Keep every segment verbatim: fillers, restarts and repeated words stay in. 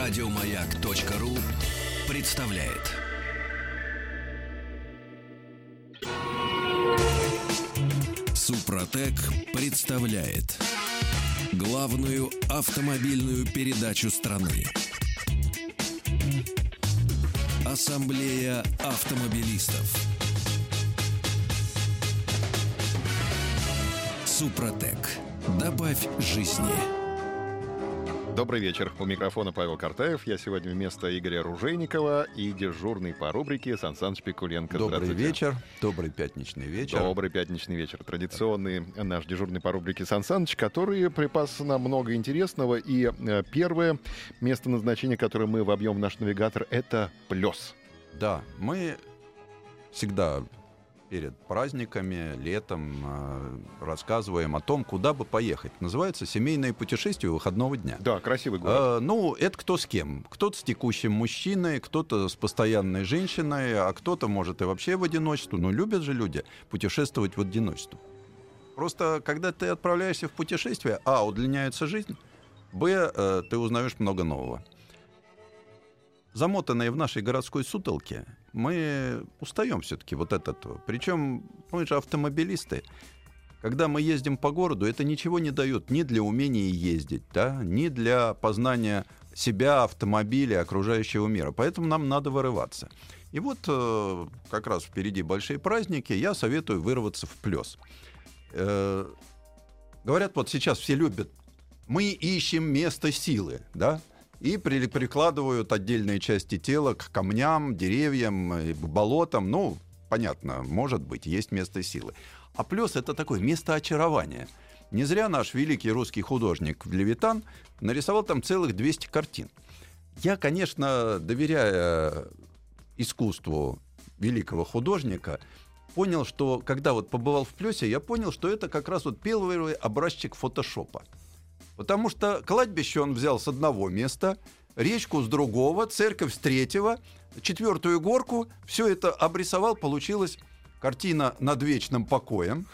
Радиомаяк.ру представляет. Супротек представляет главную автомобильную передачу страны. Ассамблея автомобилистов. Супротек. Добавь жизни. Добрый вечер. У микрофона Павел Картаев. Я сегодня вместо Игоря Ружейникова и дежурный по рубрике Сан Саныч Пикуленко. Добрый вечер. Добрый пятничный вечер. Добрый пятничный вечер. Традиционный наш дежурный по рубрике Сан Саныч, который припас нам много интересного. И первое место назначения, которое мы вобьем в наш навигатор, это Плёс. Да, мы всегда перед праздниками, летом э, рассказываем о том, куда бы поехать. Называется «Семейное путешествие выходного дня». Да, красивый город. Э, ну, это кто с кем. Кто-то с текущим мужчиной, кто-то с постоянной женщиной, а кто-то, может, и вообще в одиночестве. Но любят же люди путешествовать в одиночестве. Просто, когда ты отправляешься в путешествие, а, удлиняется жизнь, б, э, ты узнаешь много нового. Замотанные в нашей городской сутолке, мы устаем все-таки вот от этого. Причем мы же автомобилисты. Когда мы ездим по городу, это ничего не дает ни для умения ездить, да, ни для познания себя, автомобиля, окружающего мира. Поэтому нам надо вырываться. И вот э, как раз впереди большие праздники, я советую вырваться в Плёс. Э, говорят, вот сейчас все любят, мы ищем место силы, да, и при, прикладывают отдельные части тела к камням, деревьям, к болотам. Ну, понятно, может быть, есть место силы. А Плёс — это такое место очарования. Не зря наш великий русский художник Левитан нарисовал там целых двести картин. Я, конечно, доверяя искусству великого художника, понял, что когда вот побывал в Плёсе, я понял, что это как раз вот первый образчик фотошопа. Потому что кладбище он взял с одного места, речку с другого, церковь с третьего, четвертую горку. Все это обрисовал, получилась картина «Над вечным покоем»,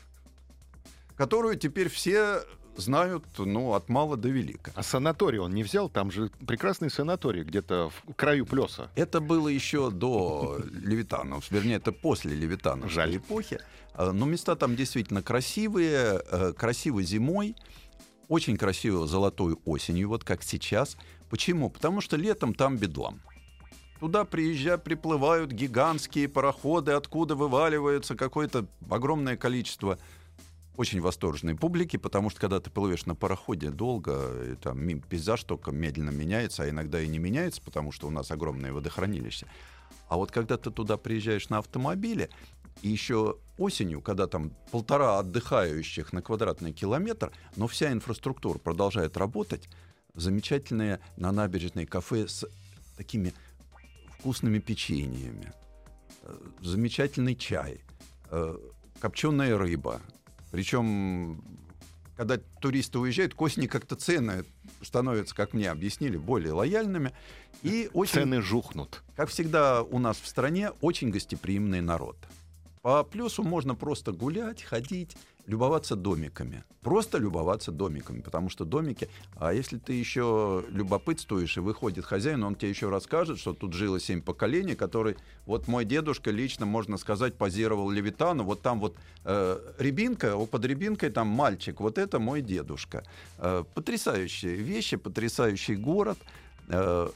которую теперь все знают, ну, от мала до велика. А санаторий он не взял? Там же прекрасный санаторий где-то в краю Плёса. Это было еще до Левитана, вернее, это после Левитановской эпохи. Но места там действительно красивые, красиво зимой. Очень красиво золотой осенью, вот как сейчас. Почему? Потому что летом там бедлам. Туда приезжают, приплывают гигантские пароходы, откуда вываливается какое-то огромное количество очень восторженной публики, потому что когда ты плывешь на пароходе долго, и там пейзаж только медленно меняется, а иногда и не меняется, потому что у нас огромное водохранилище. А вот когда ты туда приезжаешь на автомобиле, и еще осенью, когда там полтора отдыхающих на квадратный километр, но вся инфраструктура продолжает работать, замечательные на набережной кафе с такими вкусными печеньями, замечательный чай, копченая рыба. Причем, когда туристы уезжают, к осени как-то цены становятся, как мне объяснили, более лояльными. И очень, цены жухнут. Как всегда у нас в стране, очень гостеприимный народ. По Плёсу можно просто гулять, ходить, любоваться домиками. Просто любоваться домиками, потому что домики... А если ты еще любопытствуешь, и выходит хозяин, он тебе еще расскажет, что тут жило семь поколений, который... Вот мой дедушка лично, можно сказать, позировал Левитану. Вот там вот э, рябинка, под рябинкой там мальчик. Вот это мой дедушка. Э, потрясающие вещи, потрясающий город. Э,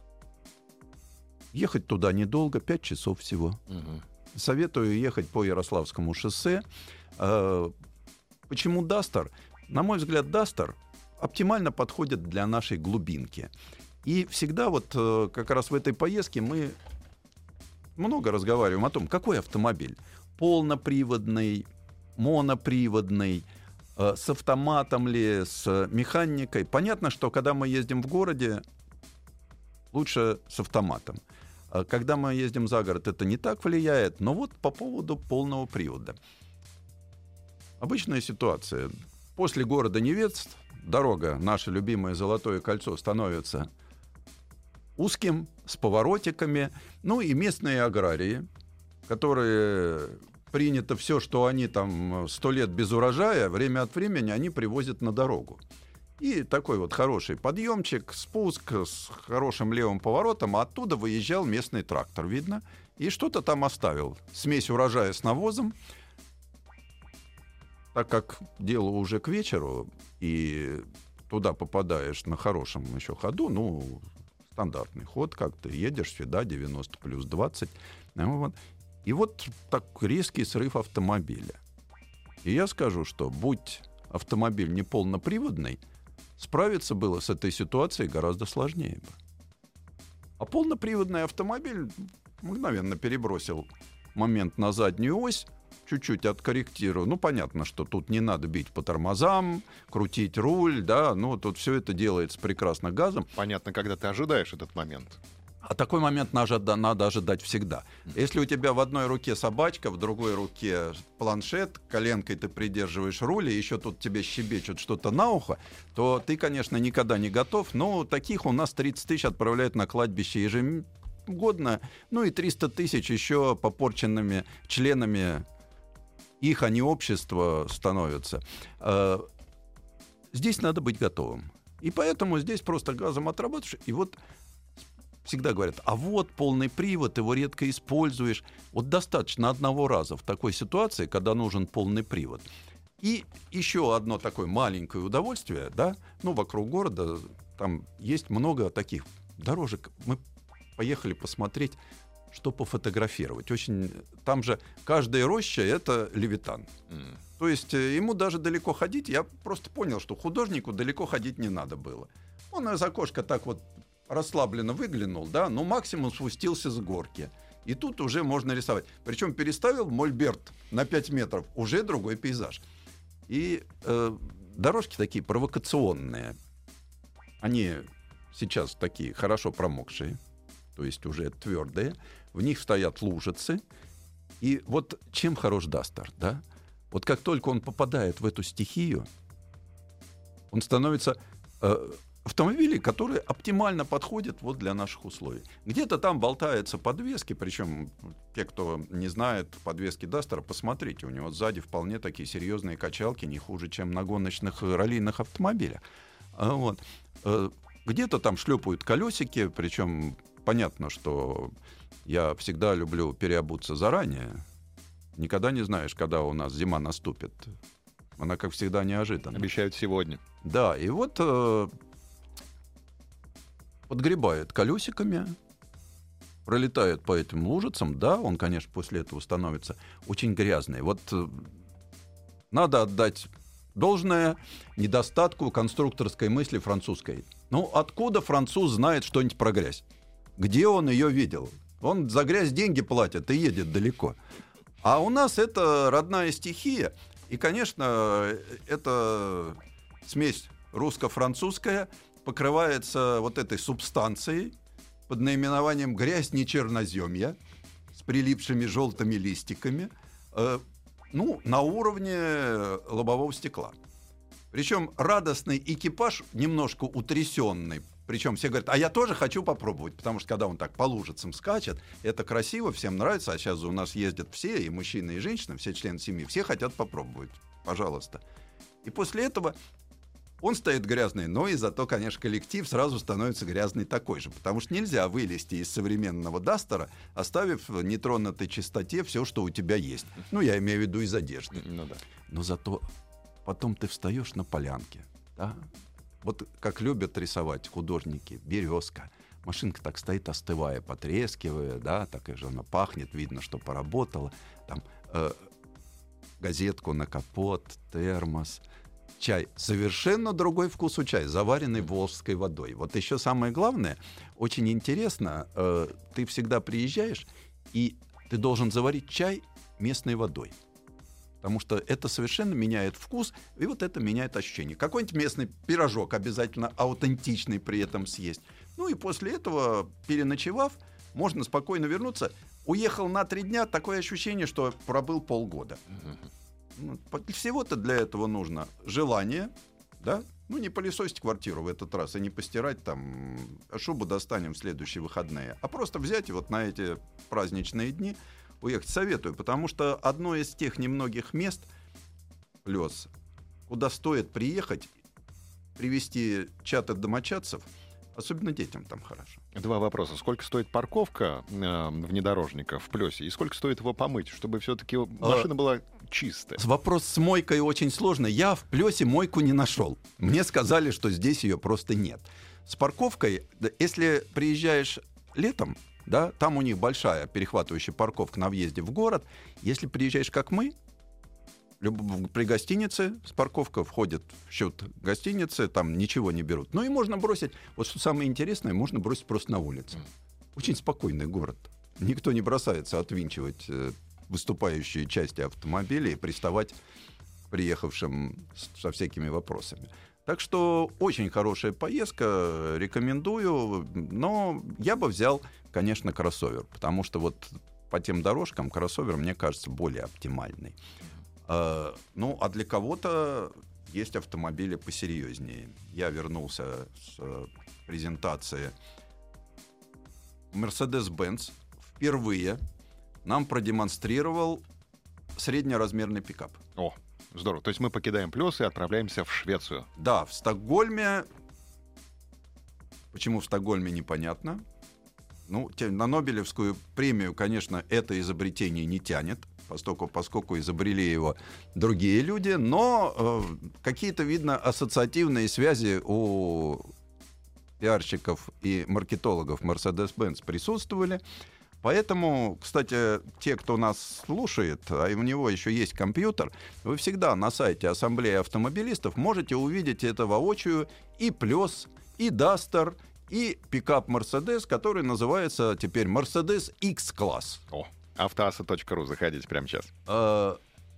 ехать туда недолго, пять часов всего. Угу. Советую ехать по Ярославскому шоссе. Почему Дастер? На мой взгляд, Дастер оптимально подходит для нашей глубинки. И всегда вот как раз в этой поездке мы много разговариваем о том, какой автомобиль. Полноприводный, моноприводный, с автоматом ли, с механикой. Понятно, что когда мы ездим в городе, лучше с автоматом. Когда мы ездим за город, это не так влияет. Но вот по поводу полного привода. Обычная ситуация. После города Невец дорога, наше любимое Золотое кольцо, становится узким, с поворотиками. Ну и местные аграрии, которые принято все, что они там сто лет без урожая, время от времени они привозят на дорогу. И такой вот хороший подъемчик, спуск с хорошим левым поворотом, а оттуда выезжал местный трактор, видно, и что-то там оставил. Смесь урожая с навозом. Так как дело уже к вечеру, и туда попадаешь на хорошем еще ходу, ну, стандартный ход, как ты едешь сюда, девяносто плюс двадцать. Ну, вот. И вот так резкий срыв автомобиля. И я скажу, что будь автомобиль не полноприводный, справиться было с этой ситуацией гораздо сложнее бы. А полноприводный автомобиль мгновенно перебросил момент на заднюю ось, чуть-чуть откорректирую. Ну, понятно, что тут не надо бить по тормозам, крутить руль, да, ну, тут все это делается прекрасно газом. Понятно, когда ты ожидаешь этот момент. А такой момент надо, надо ожидать всегда. Если у тебя в одной руке собачка, в другой руке планшет, коленкой ты придерживаешь руль, и еще тут тебе щебечут что-то на ухо, то ты, конечно, никогда не готов. Но таких у нас тридцать тысяч отправляют на кладбище ежегодно. Ну и триста тысяч еще попорченными членами их, а не общества, становятся. Здесь надо быть готовым. И поэтому здесь просто газом отрабатываешь, и вот всегда говорят, а вот полный привод, его редко используешь. Вот достаточно одного раза в такой ситуации, когда нужен полный привод. И еще одно такое маленькое удовольствие, да, ну, вокруг города там есть много таких дорожек. Мы поехали посмотреть, что пофотографировать. Очень, там же каждая роща — это Левитан. Mm. То есть ему даже далеко ходить, я просто понял, что художнику далеко ходить не надо было. Он из окошка так вот расслабленно выглянул, да, но максимум спустился с горки. И тут уже можно рисовать. Причем переставил мольберт на пять метров, уже другой пейзаж. И э, дорожки такие провокационные. Они сейчас такие хорошо промокшие, то есть уже твердые. В них стоят лужицы. И вот чем хорош Дастер, да? Вот как только он попадает в эту стихию, он становится э, автомобилем, которые оптимально подходят вот для наших условий. Где-то там болтаются подвески, причем те, кто не знает подвески Дастера, посмотрите, у него сзади вполне такие серьезные качалки, не хуже, чем на гоночных раллийных автомобилях. А вот. Где-то там шлепают колесики, причем понятно, что я всегда люблю переобуться заранее. Никогда не знаешь, когда у нас зима наступит. Она, как всегда, неожиданна. Обещают сегодня. Да, и вот э, подгребает колесиками, пролетает по этим лужицам. Да, он, конечно, после этого становится очень грязный. Вот э, надо отдать должное недостатку конструкторской мысли французской. Ну, откуда француз знает что-нибудь про грязь? Где он ее видел? Он за грязь деньги платит и едет далеко. А у нас это родная стихия. И, конечно, эта смесь русско-французская покрывается вот этой субстанцией под наименованием «грязь нечерноземья» с прилипшими желтыми листиками, э, ну, на уровне лобового стекла. Причем радостный экипаж, немножко утрясенный. Причем все говорят, а я тоже хочу попробовать, потому что когда он так по лужицам скачет, это красиво, всем нравится, а сейчас у нас ездят все, и мужчины, и женщины, все члены семьи, все хотят попробовать, пожалуйста. И после этого он стоит грязный, но и зато, конечно, коллектив сразу становится грязный такой же, потому что нельзя вылезти из современного Дастера, оставив в нетронутой чистоте все, что у тебя есть. Ну, я имею в виду из одежды. Ну, да. Но зато потом ты встаешь на полянке, да? Вот как любят рисовать художники, березка. Машинка так стоит, остывая, потрескивая, да, так и же она пахнет, видно, что поработала. Там э, газетку на капот, термос, чай. Совершенно другой вкус у чая, заваренный волжской водой. Вот еще самое главное, очень интересно, э, ты всегда приезжаешь, и ты должен заварить чай местной водой. Потому что это совершенно меняет вкус, и вот это меняет ощущение. Какой-нибудь местный пирожок обязательно аутентичный при этом съесть. Ну и после этого, переночевав, можно спокойно вернуться. Уехал на три дня, такое ощущение, что пробыл полгода. Ну, всего-то для этого нужно желание, да? Ну, не пылесосить квартиру в этот раз и не постирать там, шубу достанем в следующие выходные, а просто взять и вот на эти праздничные дни уехать. Советую, потому что одно из тех немногих мест, Лёс, куда стоит приехать привести чаты домочадцев, особенно детям там хорошо. Два вопроса. Сколько стоит парковка э, внедорожника в Плёсе? И сколько стоит его помыть, чтобы все-таки машина была чистая? Вопрос с мойкой очень сложный. Я в Плёсе мойку не нашел. Мне сказали, что здесь ее просто нет. С парковкой, если приезжаешь летом, да, там у них большая перехватывающая парковка на въезде в город. Если приезжаешь, как мы, при гостинице с парковкой входит в счет гостиницы, там ничего не берут. Ну и можно бросить, вот что самое интересное, можно бросить просто на улице. Очень спокойный город. Никто не бросается отвинчивать э, выступающие части автомобиля и приставать к приехавшим с, со всякими вопросами. Так что очень хорошая поездка, рекомендую, но я бы взял, конечно, кроссовер, потому что вот по тем дорожкам кроссовер, мне кажется, более оптимальный. Uh, ну, а для кого-то есть автомобили посерьезнее. Я вернулся с uh, презентации. Mercedes-Benz впервые нам продемонстрировал среднеразмерный пикап. О, здорово. То есть мы покидаем Плёс и отправляемся в Швецию. Да, в Стокгольме. Почему в Стокгольме, непонятно. Ну, на Нобелевскую премию, конечно, это изобретение не тянет, поскольку, поскольку изобрели его другие люди, но э, какие-то, видно, ассоциативные связи у пиарщиков и маркетологов Mercedes-Benz присутствовали. Поэтому, кстати, те, кто нас слушает, а у него еще есть компьютер, вы всегда на сайте Ассамблеи автомобилистов можете увидеть это воочию и Плёс, и Дастер, и пикап Mercedes, который называется теперь Mercedes X-класс. О, автоаса точка ру, заходите прямо сейчас. А,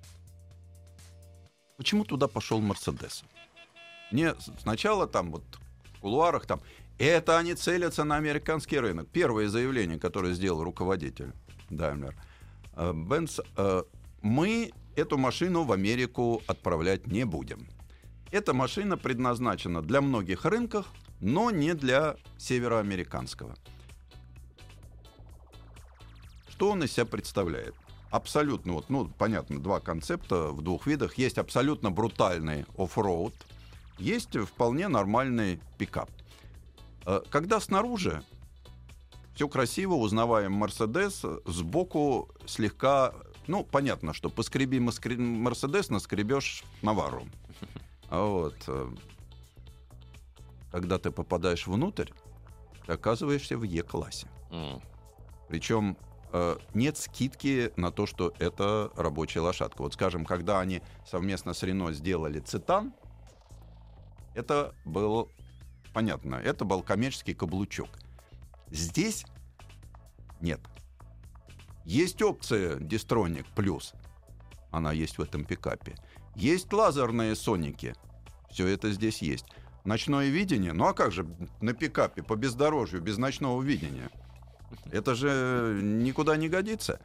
почему туда пошел Mercedes? Мне сначала там вот в кулуарах там это они целятся на американский рынок. Первое заявление, которое сделал руководитель Daimler Benz, мы эту машину в Америку отправлять не будем. Эта машина предназначена для многих рынков, но не для североамериканского. Что он из себя представляет? Абсолютно, вот, ну, понятно, два концепта в двух видах. Есть абсолютно брутальный оффроуд, есть вполне нормальный пикап. Когда снаружи все красиво, узнаваем Mercedes, сбоку слегка, ну, понятно, что поскреби Mercedes, наскребешь Навару. Вот. Когда ты попадаешь внутрь, ты оказываешься в Е-классе. Mm. Причем э, нет скидки на то, что это рабочая лошадка. Вот, скажем, когда они совместно с Рено сделали Цитан, это был, понятно, это был коммерческий каблучок. Здесь нет. Есть опция Distronic Plus, она есть в этом пикапе. Есть лазерные соники, все это здесь есть. Ночное видение, ну а как же на пикапе по бездорожью без ночного видения? Это же никуда не годится.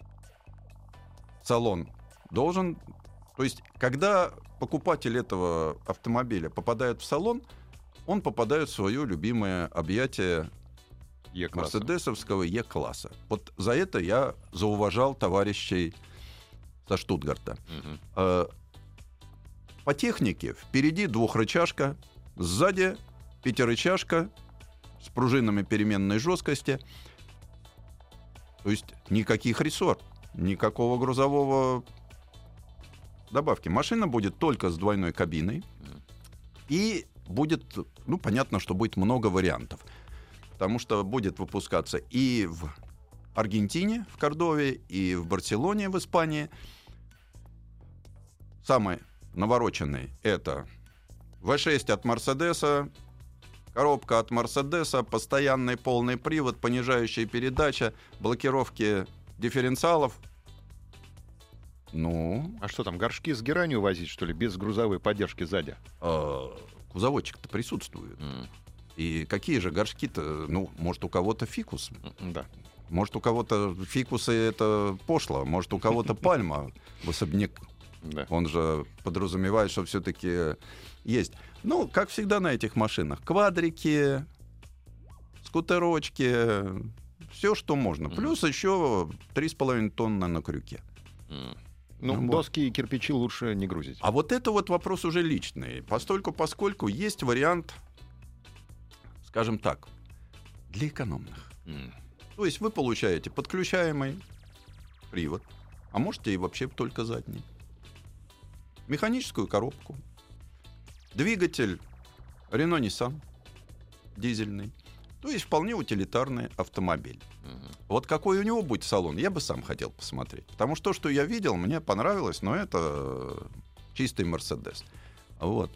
Салон должен... То есть, когда покупатель этого автомобиля попадает в салон, он попадает в свое любимое объятие Е-класса. мерседесовского Е-класса. Вот за это я зауважал товарищей со Штутгарта. Угу. По технике впереди двухрычажка, сзади пятирычажка с пружинами переменной жесткости. То есть никаких рессор, никакого грузового добавки. Машина будет только с двойной кабиной. И будет, ну, понятно, что будет много вариантов. Потому что будет выпускаться и в Аргентине, в Кордове, и в Барселоне, в Испании. Самый навороченный — это ви шесть от Мерседеса, коробка от Мерседеса, постоянный полный привод, понижающая передача, блокировки дифференциалов. Ну... А что там, горшки с геранью возить, что ли, без грузовой поддержки сзади? А, кузовочек-то присутствует. Mm. И какие же горшки-то? Ну, может, у кого-то фикус. Mm, да. Может, у кого-то фикусы — это пошло. Может, у кого-то пальма в особняк. Да. Он же подразумевает, что все-таки есть. Ну, как всегда на этих машинах. Квадрики, скутерочки, все, что можно. Mm. Плюс еще три с половиной тонны на крюке. Mm. Ну, Ну, доски и кирпичи лучше не грузить. А вот это вот вопрос уже личный. Постольку, поскольку есть вариант, скажем так, для экономных. М. То есть вы получаете подключаемый привод, а можете и вообще только задний. Механическую коробку. Двигатель Renault Nissan дизельный. То есть вполне утилитарный автомобиль. Мгм. Вот какой у него будет салон, я бы сам хотел посмотреть. Потому что то, что я видел, мне понравилось, но это чистый Мерседес. Вот.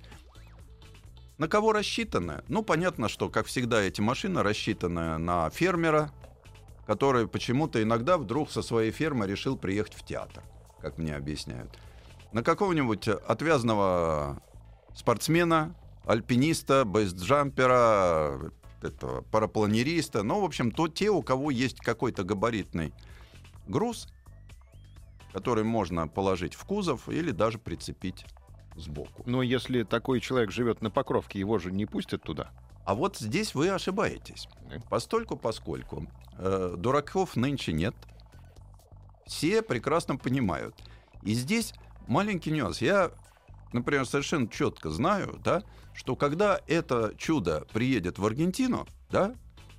На кого рассчитаны? Ну, понятно, что, как всегда, эти машины рассчитаны на фермера, который почему-то иногда вдруг со своей фермы решил приехать в театр, как мне объясняют. На какого-нибудь отвязного спортсмена, альпиниста, бейсджампера, этого, парапланериста, ну, в общем, то те, у кого есть какой-то габаритный груз, который можно положить в кузов или даже прицепить сбоку. Но если такой человек живет на Покровке, его же не пустят туда. А вот здесь вы ошибаетесь. Да. Постольку, поскольку э, дураков нынче нет, все прекрасно понимают. И здесь маленький нюанс. Я, например, совершенно четко знаю, да, что когда это чудо приедет в Аргентину, да,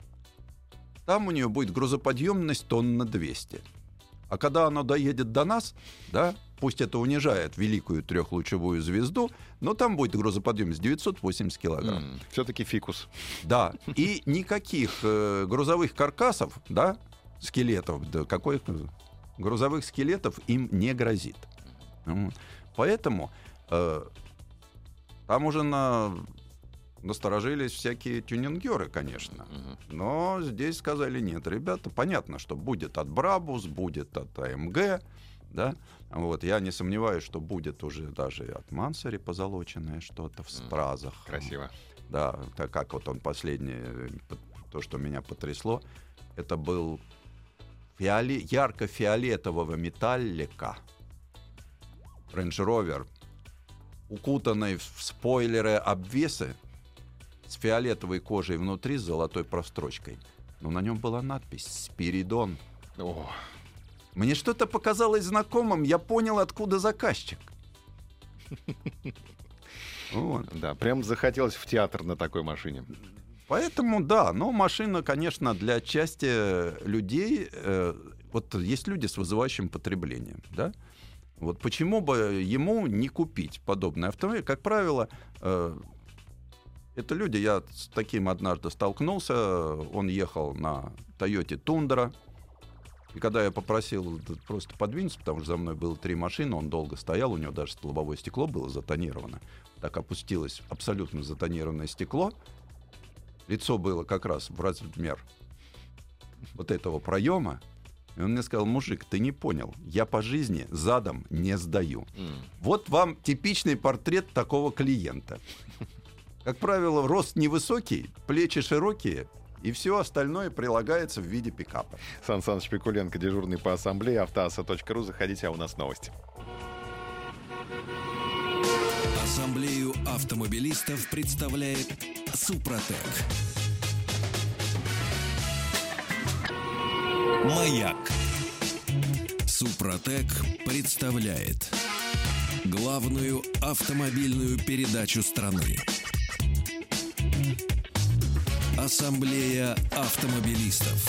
там у нее будет грузоподъемность тонн на двести. А когда оно доедет до нас, да, пусть это унижает великую трехлучевую звезду, но там будет грузоподъемность девятьсот восемьдесят килограмм. М, Все-таки фикус. Да, и никаких э, грузовых каркасов, да, скелетов, да, какой грузовых скелетов им не грозит. М. Поэтому э, там уже на, насторожились всякие тюнингеры, конечно. Мгм. Но здесь сказали: нет, ребята, понятно, что будет от Брабус, будет от АМГ, да. Вот, я не сомневаюсь, что будет уже даже и от Мансари позолоченное что-то в стразах. Красиво. Да, так как вот он последний, э, то, что меня потрясло, это был фиоле- ярко-фиолетового металлика Range Rover, укутанный в спойлеры обвесы с фиолетовой кожей внутри с золотой прострочкой. Но на нем была надпись «Спиридон». О, Мне что-то показалось знакомым, я понял, откуда заказчик. Вот. да, прям захотелось в театр на такой машине. Поэтому, да, но машина, конечно, для части людей, э, вот есть люди с вызывающим потреблением, да, вот почему бы ему не купить подобный автомобиль? Как правило, э, это люди, я с таким однажды столкнулся, он ехал на Toyota Тундра, и когда я попросил просто подвинуться, потому что за мной было три машины, он долго стоял, у него даже лобовое стекло было затонировано, так опустилось абсолютно затонированное стекло, лицо было как раз в размер вот этого проема, и он мне сказал: мужик, ты не понял, я по жизни задом не сдаю. М. Вот вам типичный портрет такого клиента. Как правило, рост невысокий, плечи широкие, и все остальное прилагается в виде пикапа. Сан Саныч Пикуленко, дежурный по ассамблее, автоаса точка ру. Заходите, а у нас новости. Ассамблею автомобилистов представляет Супротек. Маяк. Супротек представляет главную автомобильную передачу страны. Ассамблея автомобилистов.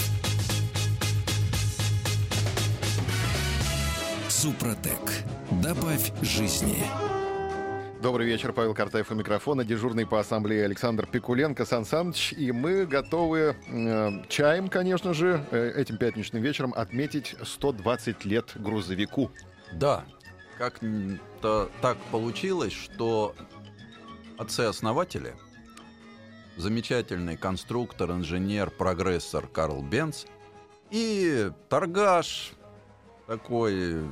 Супротек. Добавь жизни. Добрый вечер, Павел Картаев у микрофона, дежурный по ассамблее Александр Пикуленко, Сан Саныч, и мы готовы э, чаем, конечно же, э, этим пятничным вечером отметить сто двадцать лет грузовику. Да, как-то так получилось, что отцы-основатели, замечательный конструктор, инженер, прогрессор Карл Бенц и торгаш такой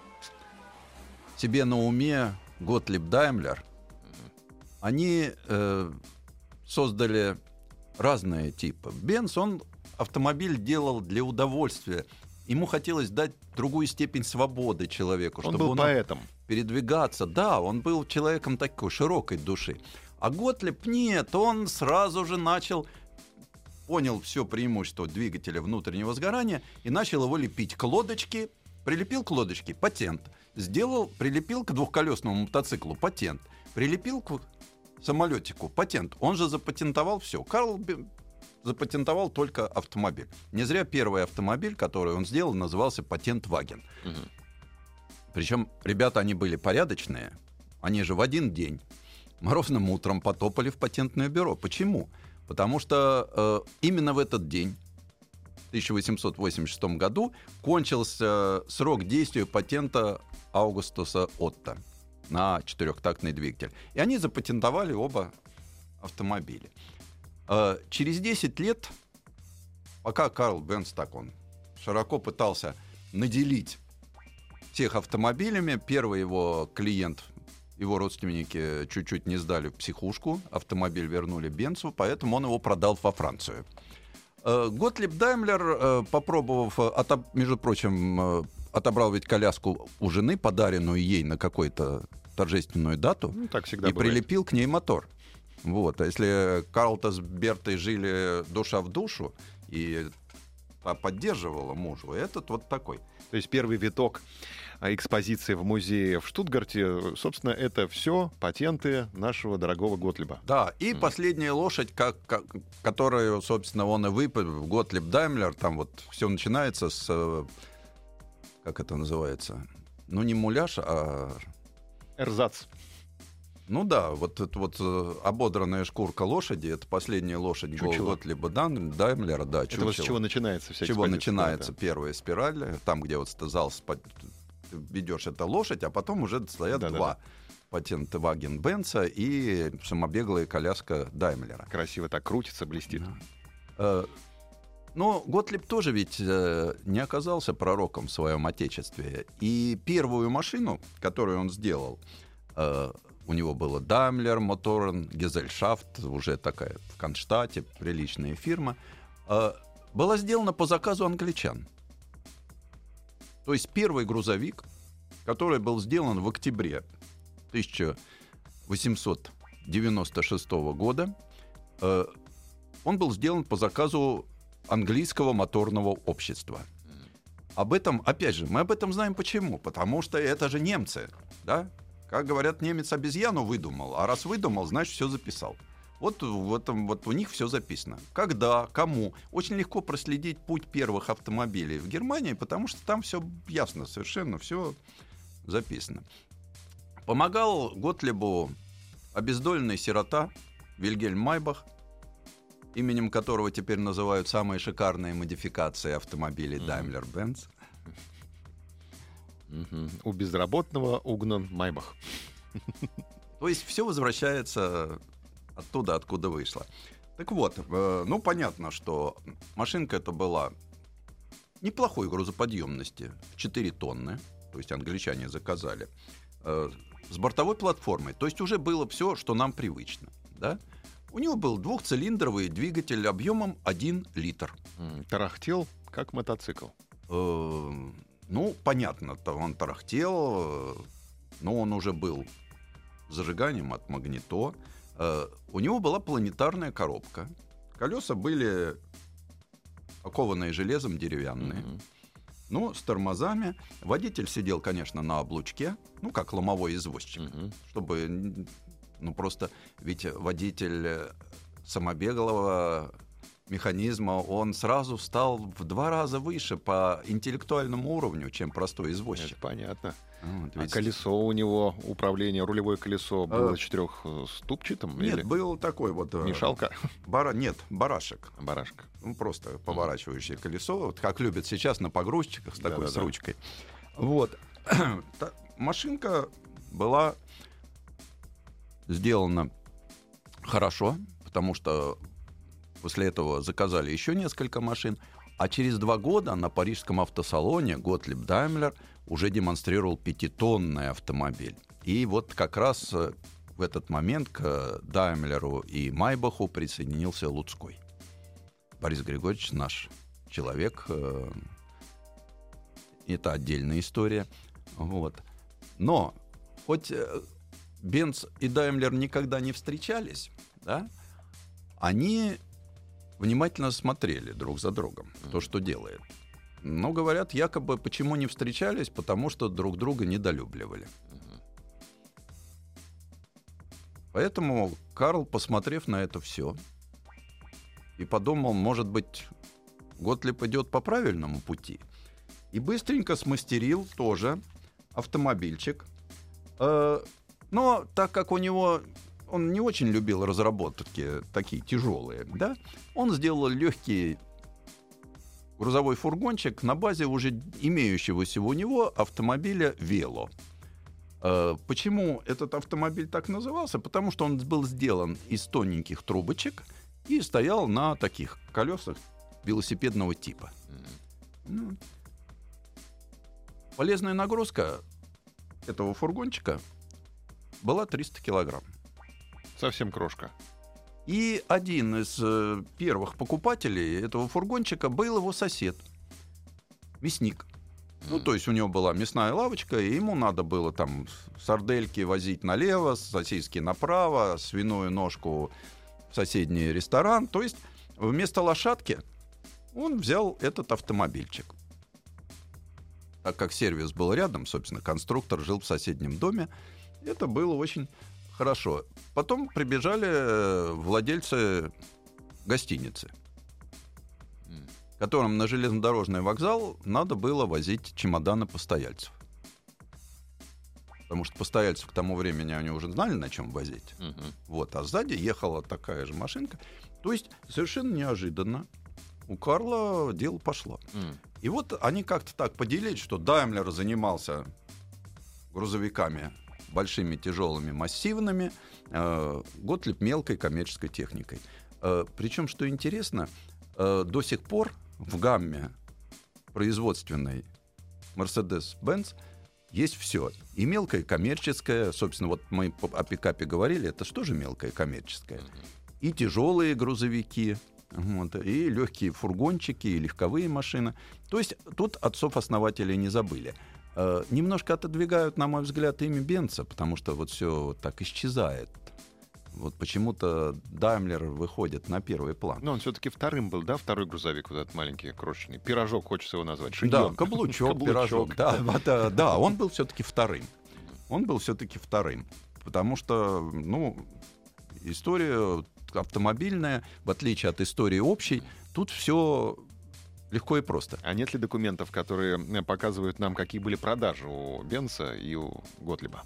себе на уме Готлиб Даймлер, они э, создали разные типы. Бенц, он автомобиль делал для удовольствия. Ему хотелось дать другую степень свободы человеку, Он чтобы был он поэтом. передвигаться. Да, он был человеком такой широкой души. А Готлиб нет, он сразу же начал, понял все преимущество двигателя внутреннего сгорания и начал его лепить к лодочке Прилепил к лодочке — патент. Сделал, прилепил к двухколесному мотоциклу — патент. Прилепил к самолетику — патент. Он же запатентовал все. Карл запатентовал только автомобиль. Не зря первый автомобиль, который он сделал, назывался «Патент-Ваген». Угу. Причем ребята, они были порядочные. Они же в один день морозным утром потопали в патентное бюро. Почему? Потому что э, именно в этот день, в тысяча восемьсот восемьдесят шестом году, кончился срок действия патента Аугустуса Отто на четырехтактный двигатель. И они запатентовали оба автомобиля. Э, через десять лет, пока Карл Бенц так он широко пытался наделить всех автомобилями, первый его клиент, его родственники чуть-чуть не сдали в психушку, автомобиль вернули Бенцу, поэтому он его продал во Францию. Готлиб Даймлер, попробовав, отоб... между прочим, отобрал ведь коляску у жены, подаренную ей на какую-то торжественную дату, ну, так всегда и бывает, прилепил к ней мотор. Вот. А если Карл-то с Бертой жили душа в душу, и поддерживала мужу, этот вот такой. То есть первый виток экспозиции в музее в Штутгарте, собственно, это все патенты нашего дорогого Готлиба. Да, и mm. последняя лошадь, как, как, которую, собственно, он и выпил, Готлиб Даймлер, там вот все начинается с, как это называется, ну не муляж, а... Эрзац. Ну да, вот эта вот ободранная шкурка лошади, это последняя лошадь Готлиба Даймлера. Да, это вот с чего начинается вся С чего начинается да. первая спираль, там, где вот зал ведешь, это лошадь, а потом уже стоят да, два да, да. патента Ваген Бенца и самобеглая коляска Даймлера. Красиво так крутится, блестит. Да. Но Готлиб тоже ведь не оказался пророком в своем отечестве. И первую машину, которую он сделал, у него было Daimler, Motoren, Gesellschaft, уже такая в Кронштадте, приличная фирма, была сделана по заказу англичан. То есть первый грузовик, который был сделан в октябре тысяча восемьсот девяносто шестого года, он был сделан по заказу английского моторного общества. Об этом, опять же, мы об этом знаем почему. Потому что это же немцы, да? Как говорят, немец обезьяну выдумал, а раз выдумал, значит, все записал. Вот в этом, вот у них все записано. Когда, кому. Очень легко проследить путь первых автомобилей в Германии, потому что там все ясно, совершенно все записано. Помогал Готлибу обездоленный сирота Вильгельм Майбах, именем которого теперь называют самые шикарные модификации автомобилей Daimler-Benz. Угу. У безработного угнан Майбах. То есть все возвращается оттуда, откуда вышло. Так вот, э, ну понятно, что машинка эта была неплохой грузоподъемности, в четыре тонны, то есть англичане заказали, э, с бортовой платформой, то есть уже было все, что нам привычно, да? У него был двухцилиндровый двигатель объемом один литр. Тарахтел, как мотоцикл. Э, ну, понятно, он тарахтел, но он уже был с зажиганием от магнито. Uh, у него была планетарная коробка. Колеса были окованные железом, деревянные. Mm-hmm. Ну, с тормозами. Водитель сидел, конечно, на облучке, ну, как ломовой извозчик. Mm-hmm. Чтобы, ну, просто... Ведь водитель самобеглого механизма, он сразу стал в два раза выше по интеллектуальному уровню, чем простой извозчик. Это понятно. Вот, ведь... А колесо у него, управление, рулевое колесо было а... четырехступчатым? Нет, или... был такой вот... Мешалка? Бара... Нет, барашек. Барашек. Ну, просто поворачивающее mm-hmm. колесо, вот как любят сейчас на погрузчиках с такой, да, с да, ручкой. Да. Вот. Машинка была сделана хорошо, потому что после этого заказали еще несколько машин, а через два года на парижском автосалоне Готлиб Даймлер уже демонстрировал пятитонный автомобиль. И вот как раз в этот момент к Даймлеру и Майбаху присоединился Луцкой. Борис Григорьевич наш человек. Это отдельная история. Вот. Но хоть Бенц и Даймлер никогда не встречались, да, они внимательно смотрели друг за другом, кто что делает. Но, говорят, якобы почему не встречались, потому что друг друга недолюбливали. Поэтому Карл, посмотрев на это все, и подумал, может быть, Готлиб идет по правильному пути. И быстренько смастерил тоже автомобильчик. Э, но так как у него... Он не очень любил разработки такие тяжелые, да? Он сделал легкий грузовой фургончик на базе уже имеющегося у него автомобиля «Вело». Почему этот автомобиль так назывался? Потому что он был сделан из тоненьких трубочек и стоял на таких колесах велосипедного типа. Mm. Полезная нагрузка этого фургончика была триста килограмм. Совсем крошка. И один из э, первых покупателей этого фургончика был его сосед, мясник. Ну, то есть у него была мясная лавочка, и ему надо было там сардельки возить налево, сосиски направо, свиную ножку в соседний ресторан. То есть вместо лошадки он взял этот автомобильчик. Так как сервис был рядом, собственно, конструктор жил в соседнем доме, это было очень хорошо. Потом прибежали владельцы гостиницы, которым на железнодорожный вокзал надо было возить чемоданы постояльцев. Потому что постояльцев к тому времени они уже знали, на чем возить. Uh-huh. Вот, а сзади ехала такая же машинка. То есть совершенно неожиданно у Карла дело пошло. Uh-huh. И вот они как-то так поделились, что Даймлер занимался грузовиками большими, тяжелыми, массивными, э, Готлиб мелкой коммерческой техникой. Э, причем, что интересно, э, до сих пор в гамме производственной Mercedes-Benz есть все. И мелкое коммерческое, собственно, вот мы о пикапе говорили, это что же мелкое коммерческое? И тяжелые грузовики, вот, и легкие фургончики, и легковые машины. То есть тут отцов-основателей не забыли. Э, немножко отодвигают, на мой взгляд, имя Бенца, потому что вот все вот так исчезает. Вот почему-то Даймлер выходит на первый план. Но он все-таки вторым был, да, второй грузовик, вот этот маленький, крошечный. Пирожок, хочется его назвать. Шагион. Да, каблучок, каблучок, пирожок. Да, да, да, он был все-таки вторым. Он был все-таки вторым. Потому что, ну, история автомобильная, в отличие от истории общей, тут все легко и просто. А нет ли документов, которые показывают нам, какие были продажи у Бенца и у Готлиба?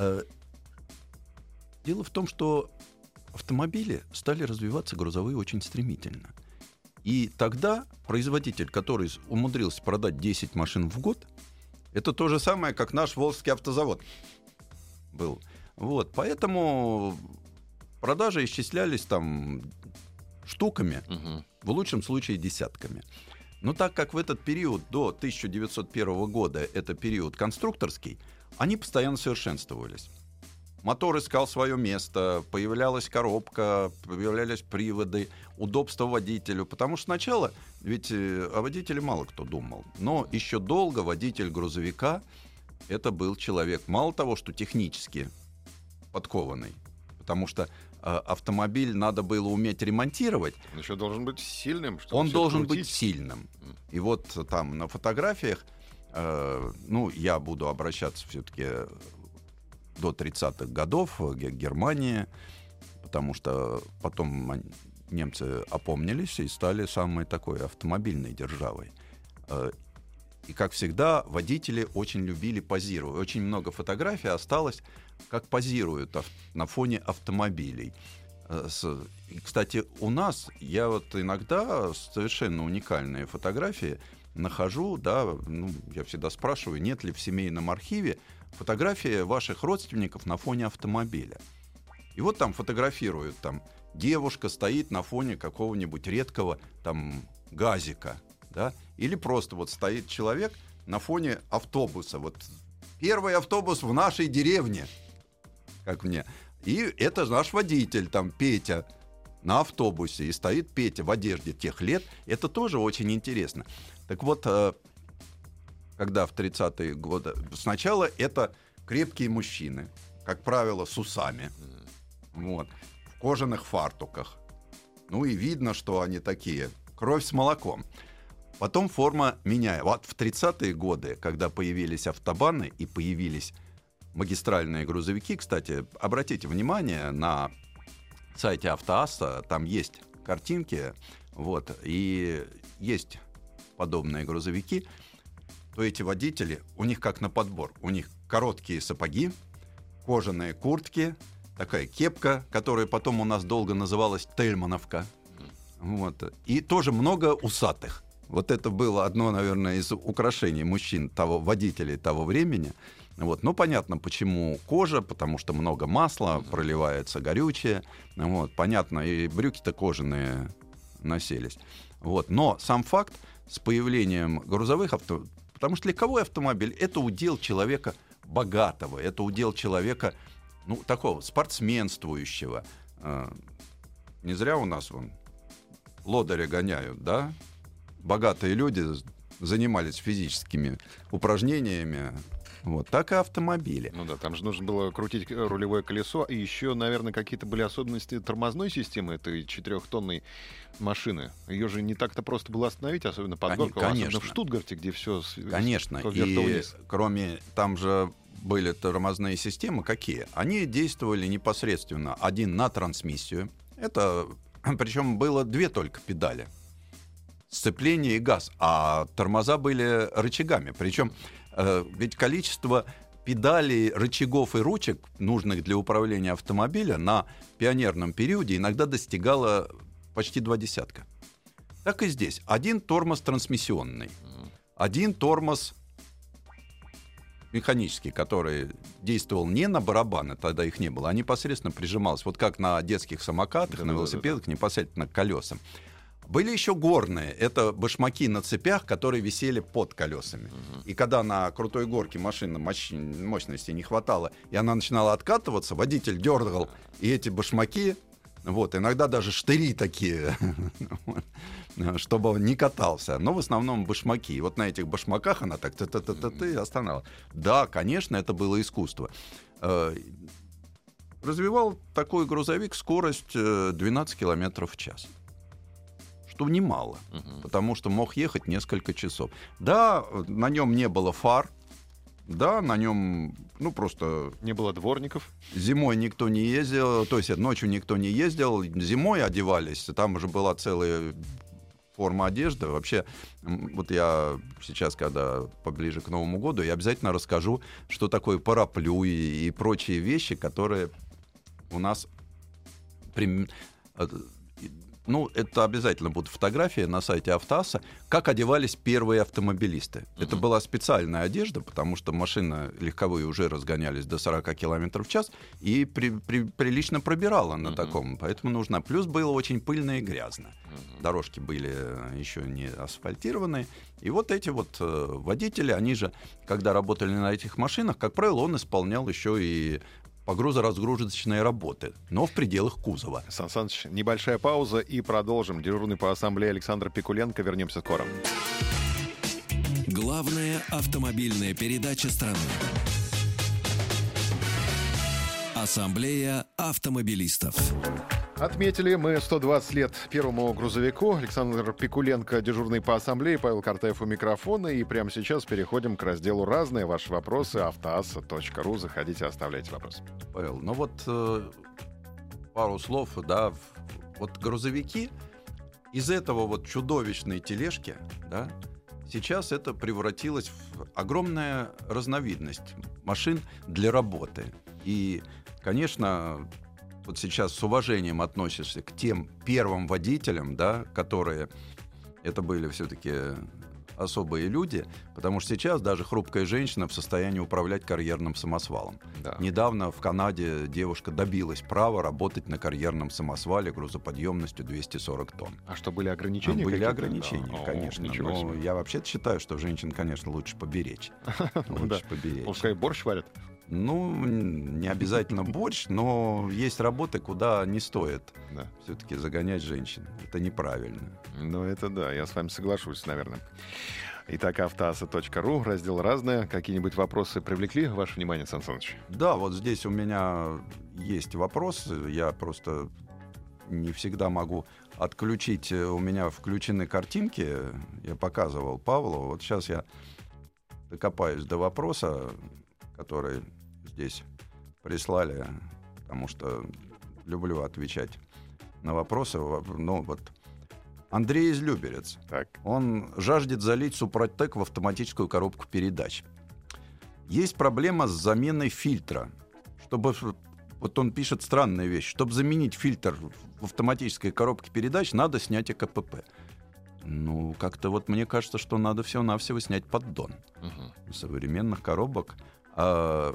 Дело в том, что автомобили стали развиваться грузовые очень стремительно. И тогда производитель, который умудрился продать десять машин в год, это то же самое, как наш Волжский автозавод был. Вот, поэтому продажи исчислялись там штуками, угу. в лучшем случае десятками. Но так как в этот период до тысяча девятьсот первого года это период конструкторский, они постоянно совершенствовались. Мотор искал свое место, появлялась коробка, появлялись приводы, удобство водителю. Потому что сначала, ведь о водителе мало кто думал, но еще долго водитель грузовика — это был человек, мало того, что технически подкованный, потому что э, автомобиль надо было уметь ремонтировать. Он еще должен быть сильным. Чтобы Он должен крутить. быть сильным. И вот там на фотографиях, э, ну, я буду обращаться все-таки до тридцатых годов, Германия, потому что потом немцы опомнились и стали самой такой автомобильной державой. И, как всегда, водители очень любили позировать. Очень много фотографий осталось, как позируют на фоне автомобилей. И, кстати, у нас, я вот иногда совершенно уникальные фотографии нахожу, да, ну, я всегда спрашиваю, нет ли в семейном архиве фотографии ваших родственников на фоне автомобиля. И вот там фотографируют, там девушка стоит на фоне какого-нибудь редкого там газика, да, или просто вот стоит человек на фоне автобуса. Вот первый автобус в нашей деревне, как мне. И это наш водитель, там Петя, на автобусе. И стоит Петя в одежде тех лет. Это тоже очень интересно. Так вот, когда в тридцатые годы... Сначала это крепкие мужчины, как правило, с усами, вот, в кожаных фартуках. Ну и видно, что они такие, кровь с молоком. Потом форма меняет. Вот в тридцатые годы, когда появились автобаны и появились магистральные грузовики, кстати, обратите внимание, на сайте Автоасса там есть картинки, вот, и есть подобные грузовики, то эти водители, у них как на подбор. У них короткие сапоги, кожаные куртки, такая кепка, которая потом у нас долго называлась тельмановка. Вот. И тоже много усатых. Вот это было одно, наверное, из украшений мужчин, того, водителей того времени. Вот. Ну, понятно, почему кожа, потому что много масла, проливается горючее. Вот. Понятно, и брюки-то кожаные носились. Вот. Но сам факт с появлением грузовых авто... Потому что легковой автомобиль — это удел человека богатого, это удел человека, ну, такого спортсменствующего. Не зря у нас вон лодыря гоняют, да? Богатые люди занимались физическими упражнениями. Вот так и автомобили. Ну да, там же нужно было крутить рулевое колесо, и еще, наверное, какие-то были особенности тормозной системы этой четырехтонной машины. Ее же не так-то просто было остановить, особенно под горку, особенно в Штутгарте, где все конечно, и кроме, там же были тормозные системы какие? Они действовали непосредственно один на трансмиссию. Это, причем было две только педали. Сцепление и газ, а тормоза были рычагами. Причем э, ведь количество педалей, рычагов и ручек, нужных для управления автомобиля, на пионерном периоде иногда достигало почти два десятка. Так и здесь. Один тормоз трансмиссионный, один тормоз механический, который действовал не на барабаны, тогда их не было, а непосредственно прижимался, вот как на детских самокатах, да, на велосипедах, да, да. непосредственно к колесам. Были еще горные. Это башмаки на цепях, которые висели под колесами. Uh-huh. И когда на крутой горке машины мощ... мощности не хватало, и она начинала откатываться, водитель дергал, и эти башмаки, вот, иногда даже штыри такие, чтобы он не катался. Но в основном башмаки. И вот на этих башмаках она так ты-ты-ты-ты останавливала. Да, конечно, это было искусство. Развивал такой грузовик скорость двенадцать километров в час. Что немало, uh-huh. потому что мог ехать несколько часов. Да, на нем не было фар, да, на нем, ну, просто... Не было дворников. Зимой никто не ездил, то есть ночью никто не ездил, зимой одевались, там уже была целая форма одежды. Вообще, вот я сейчас, когда поближе к Новому году, я обязательно расскажу, что такое параплю и, и прочие вещи, которые у нас... При... Ну, это обязательно будут фотографии на сайте Автоасса, как одевались первые автомобилисты. Uh-huh. Это была специальная одежда, потому что машины легковые уже разгонялись до сорок километров в час и при, при, прилично пробирала на uh-huh. таком. Поэтому нужно. Плюс было очень пыльно и грязно. Uh-huh. Дорожки были еще не асфальтированные. И вот эти вот э, водители, они же, когда работали на этих машинах, как правило, он исполнял еще и погрузо-разгрузочные работы, но в пределах кузова. Сан Саныч, небольшая пауза и продолжим. Дежурный по ассамблее Александр Пикуленко. Вернемся скоро. Главная автомобильная передача страны. Ассамблея автомобилистов. Отметили мы сто двадцать лет первому грузовику. Александр Пикуленко, дежурный по ассамблее, Павел Картаев у микрофона. И прямо сейчас переходим к разделу «Разные». Ваши вопросы автоасса точка ру. Заходите, оставляйте вопросы. Павел, ну вот э, пару слов, да. Вот грузовики из этого вот чудовищной тележки, да, сейчас это превратилось в огромную разновидность машин для работы. И, конечно... Вот сейчас с уважением относишься к тем первым водителям, да, которые это были все-таки особые люди, потому что сейчас даже хрупкая женщина в состоянии управлять карьерным самосвалом. Да. Недавно в Канаде девушка добилась права работать на карьерном самосвале грузоподъемностью двести сорок тонн. А что, были ограничения? А были ограничения, да. конечно. О, но я вообще считаю, что женщин, конечно, лучше поберечь. Лучше поберечь. Пускай борщ варят. Ну, не обязательно борщ, но есть работы, куда не стоит да. все-таки загонять женщин. Это неправильно. Ну, это да, я с вами соглашусь, наверное. Итак, автоасса точка ру, раздел «Разное». Какие-нибудь вопросы привлекли ваше внимание, Сан Саныч? Да, вот здесь у меня есть вопрос. Я просто не всегда могу отключить. У меня включены картинки, я показывал Павлу. Вот сейчас я докопаюсь до вопроса, который здесь прислали, потому что люблю отвечать на вопросы. Ну, вот Андрей из Люберец. Так. Он жаждет залить Супротек в автоматическую коробку передач. Есть проблема с заменой фильтра. Чтобы, вот он пишет странная вещь. Чтобы заменить фильтр в автоматической коробке передач, надо снять ЭКПП. Ну, как-то вот мне кажется, что надо всего-навсего снять поддон. Uh-huh. Современных коробок. А,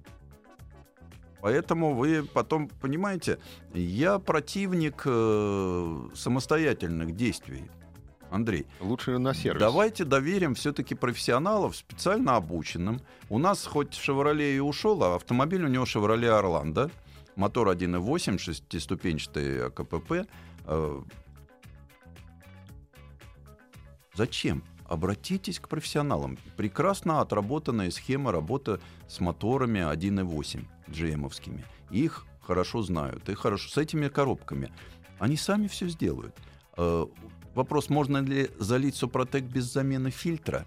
поэтому вы потом, понимаете, я противник э, самостоятельных действий. Андрей, лучше на сервис. Давайте доверим все-таки профессионалов, специально обученным. У нас хоть «Шевроле» и ушел, а автомобиль у него «Шевроле Орландо». Мотор один и восемь, шестиступенчатый КПП. Зачем? Обратитесь к профессионалам. Прекрасно отработанная схема работы с моторами один и восемь джи эм-овскими. Их хорошо знают. И хорошо с этими коробками. Они сами все сделают. Вопрос, можно ли залить Супротек без замены фильтра?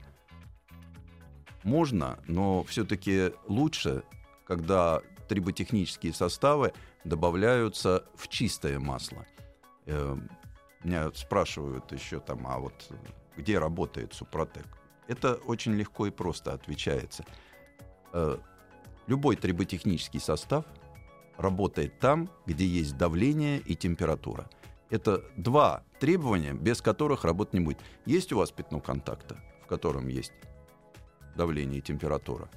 Можно, но все-таки лучше, когда триботехнические составы добавляются в чистое масло. Э, меня спрашивают еще там, а вот где работает Супротек? Это очень легко и просто отвечается. Э, любой триботехнический состав работает там, где есть давление и температура. Это два требования, без которых работать не будет. Есть у вас пятно контакта, в котором есть давление и температура,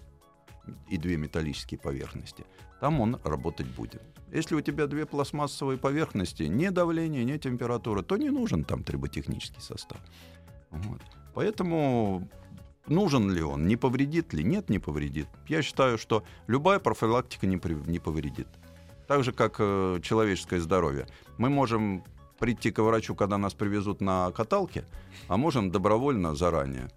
и две металлические поверхности. Там он работать будет. Если у тебя две пластмассовые поверхности, ни давление, ни температура, то не нужен там триботехнический состав. Вот. Поэтому нужен ли он, не повредит ли? Нет, не повредит. Я считаю, что любая профилактика не, при, не повредит. Так же, как э, человеческое здоровье. Мы можем прийти к врачу, когда нас привезут на каталке, а можем добровольно заранее.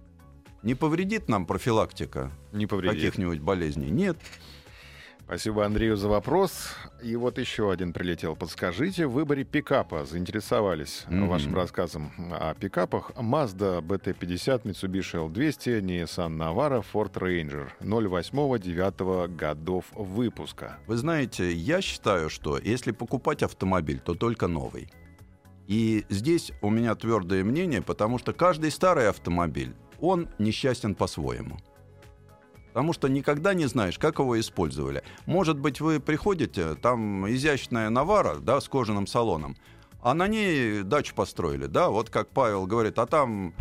Не повредит нам профилактика не повредит. Каких-нибудь болезней? Нет. Спасибо Андрею за вопрос. И вот еще один прилетел. Подскажите, в выборе пикапа заинтересовались mm-hmm. вашим рассказом о пикапах. Mazda би ти пятьдесят, Mitsubishi эл двести, Nissan Navara, Ford Ranger. ноль восемь девять годов выпуска. Вы знаете, я считаю, что если покупать автомобиль, то только новый. И здесь у меня твердое мнение, потому что каждый старый автомобиль, он несчастен по-своему. Потому что никогда не знаешь, как его использовали. Может быть, вы приходите, там изящная Навара, да, с кожаным салоном, а на ней дачу построили, да, вот как Павел говорит, а там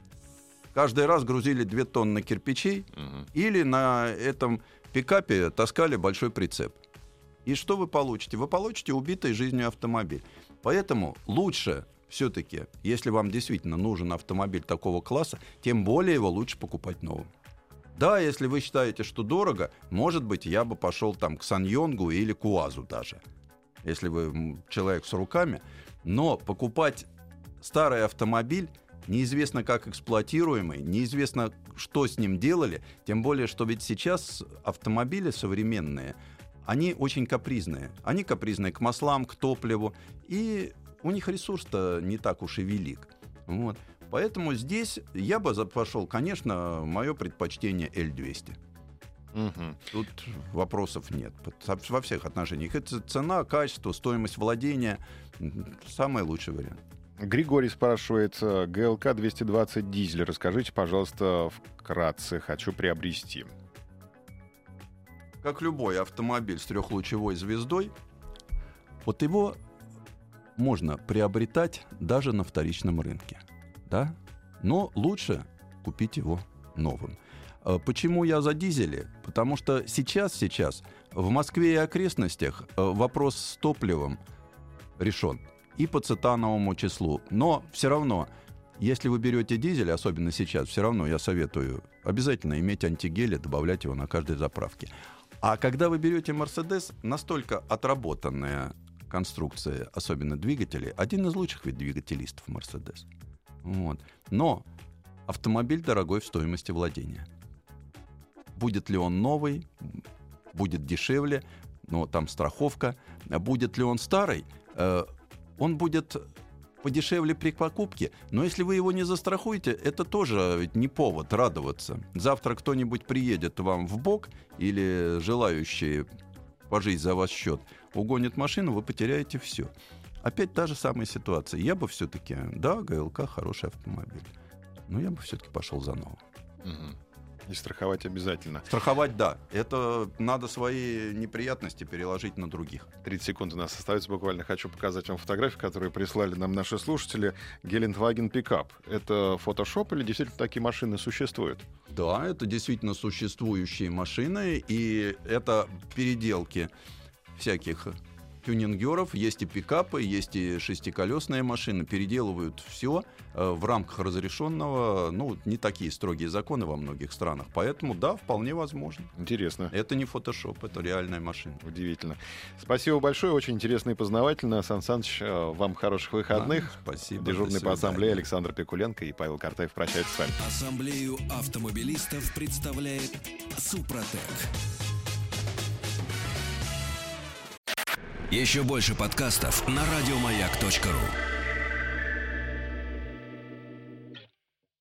каждый раз грузили две тонны кирпичей угу. или на этом пикапе таскали большой прицеп. И что вы получите? Вы получите убитый жизнью автомобиль. Поэтому лучше все-таки, если вам действительно нужен автомобиль такого класса, тем более его лучше покупать новым. Да, если вы считаете, что дорого, может быть, я бы пошел там к Саньонгу или к УАЗу даже, если вы человек с руками. Но покупать старый автомобиль, неизвестно как эксплуатируемый, неизвестно, что с ним делали, тем более, что ведь сейчас автомобили современные, они очень капризные. Они капризные к маслам, к топливу, и у них ресурс-то не так уж и велик. Вот. Поэтому здесь я бы пошел, конечно, мое предпочтение эл двести. Угу. Тут вопросов нет. Во всех отношениях. Это цена, качество, стоимость владения. Самый лучший вариант. Григорий спрашивает, ГЛК двести двадцать дизель. Расскажите, пожалуйста, вкратце. Хочу приобрести. Как любой автомобиль с трехлучевой звездой, вот его можно приобретать даже на вторичном рынке. Да? Но лучше купить его новым. Почему я за дизели? Потому что сейчас, сейчас в Москве и окрестностях вопрос с топливом решен и по цетановому числу. Но все равно, если вы берете дизель, особенно сейчас, все равно я советую обязательно иметь антигель и добавлять его на каждой заправке. А когда вы берете Mercedes, настолько отработанная конструкция, особенно двигателей, один из лучших ведь двигателистов Mercedes. Вот. Но автомобиль дорогой в стоимости владения. Будет ли он новый, будет дешевле, но там страховка. Будет ли он старый, э, он будет подешевле при покупке, но если вы его не застрахуете, это тоже ведь не повод радоваться. Завтра кто-нибудь приедет вам в бок или желающие пожить за ваш счет угонит машину, вы потеряете все. Опять та же самая ситуация. Я бы все-таки, да, ГЛК хороший автомобиль, но я бы все-таки пошел за новым. Угу. И страховать обязательно. Страховать, да. Это надо свои неприятности переложить на других. тридцать секунд у нас остается буквально. Хочу показать вам фотографии, которые прислали нам наши слушатели. Гелендваген пикап. Это фотошоп или действительно такие машины существуют? Да, это действительно существующие машины, и это переделки всяких тюнингеров. Есть и пикапы, есть и шестиколесные машины. Переделывают все э, в рамках разрешенного. Ну, не такие строгие законы во многих странах. Поэтому, да, вполне возможно. Интересно. Это не фотошоп, это реальная машина. Удивительно. Спасибо большое, очень интересно и познавательно. Сан Саныч, вам хороших выходных. Да, спасибо. Дежурный по ассамблее Александр Пикуленко и Павел Картаев прощаются с вами. Ассамблею автомобилистов представляет Супротек. Еще больше подкастов на радиомаяк точка ру.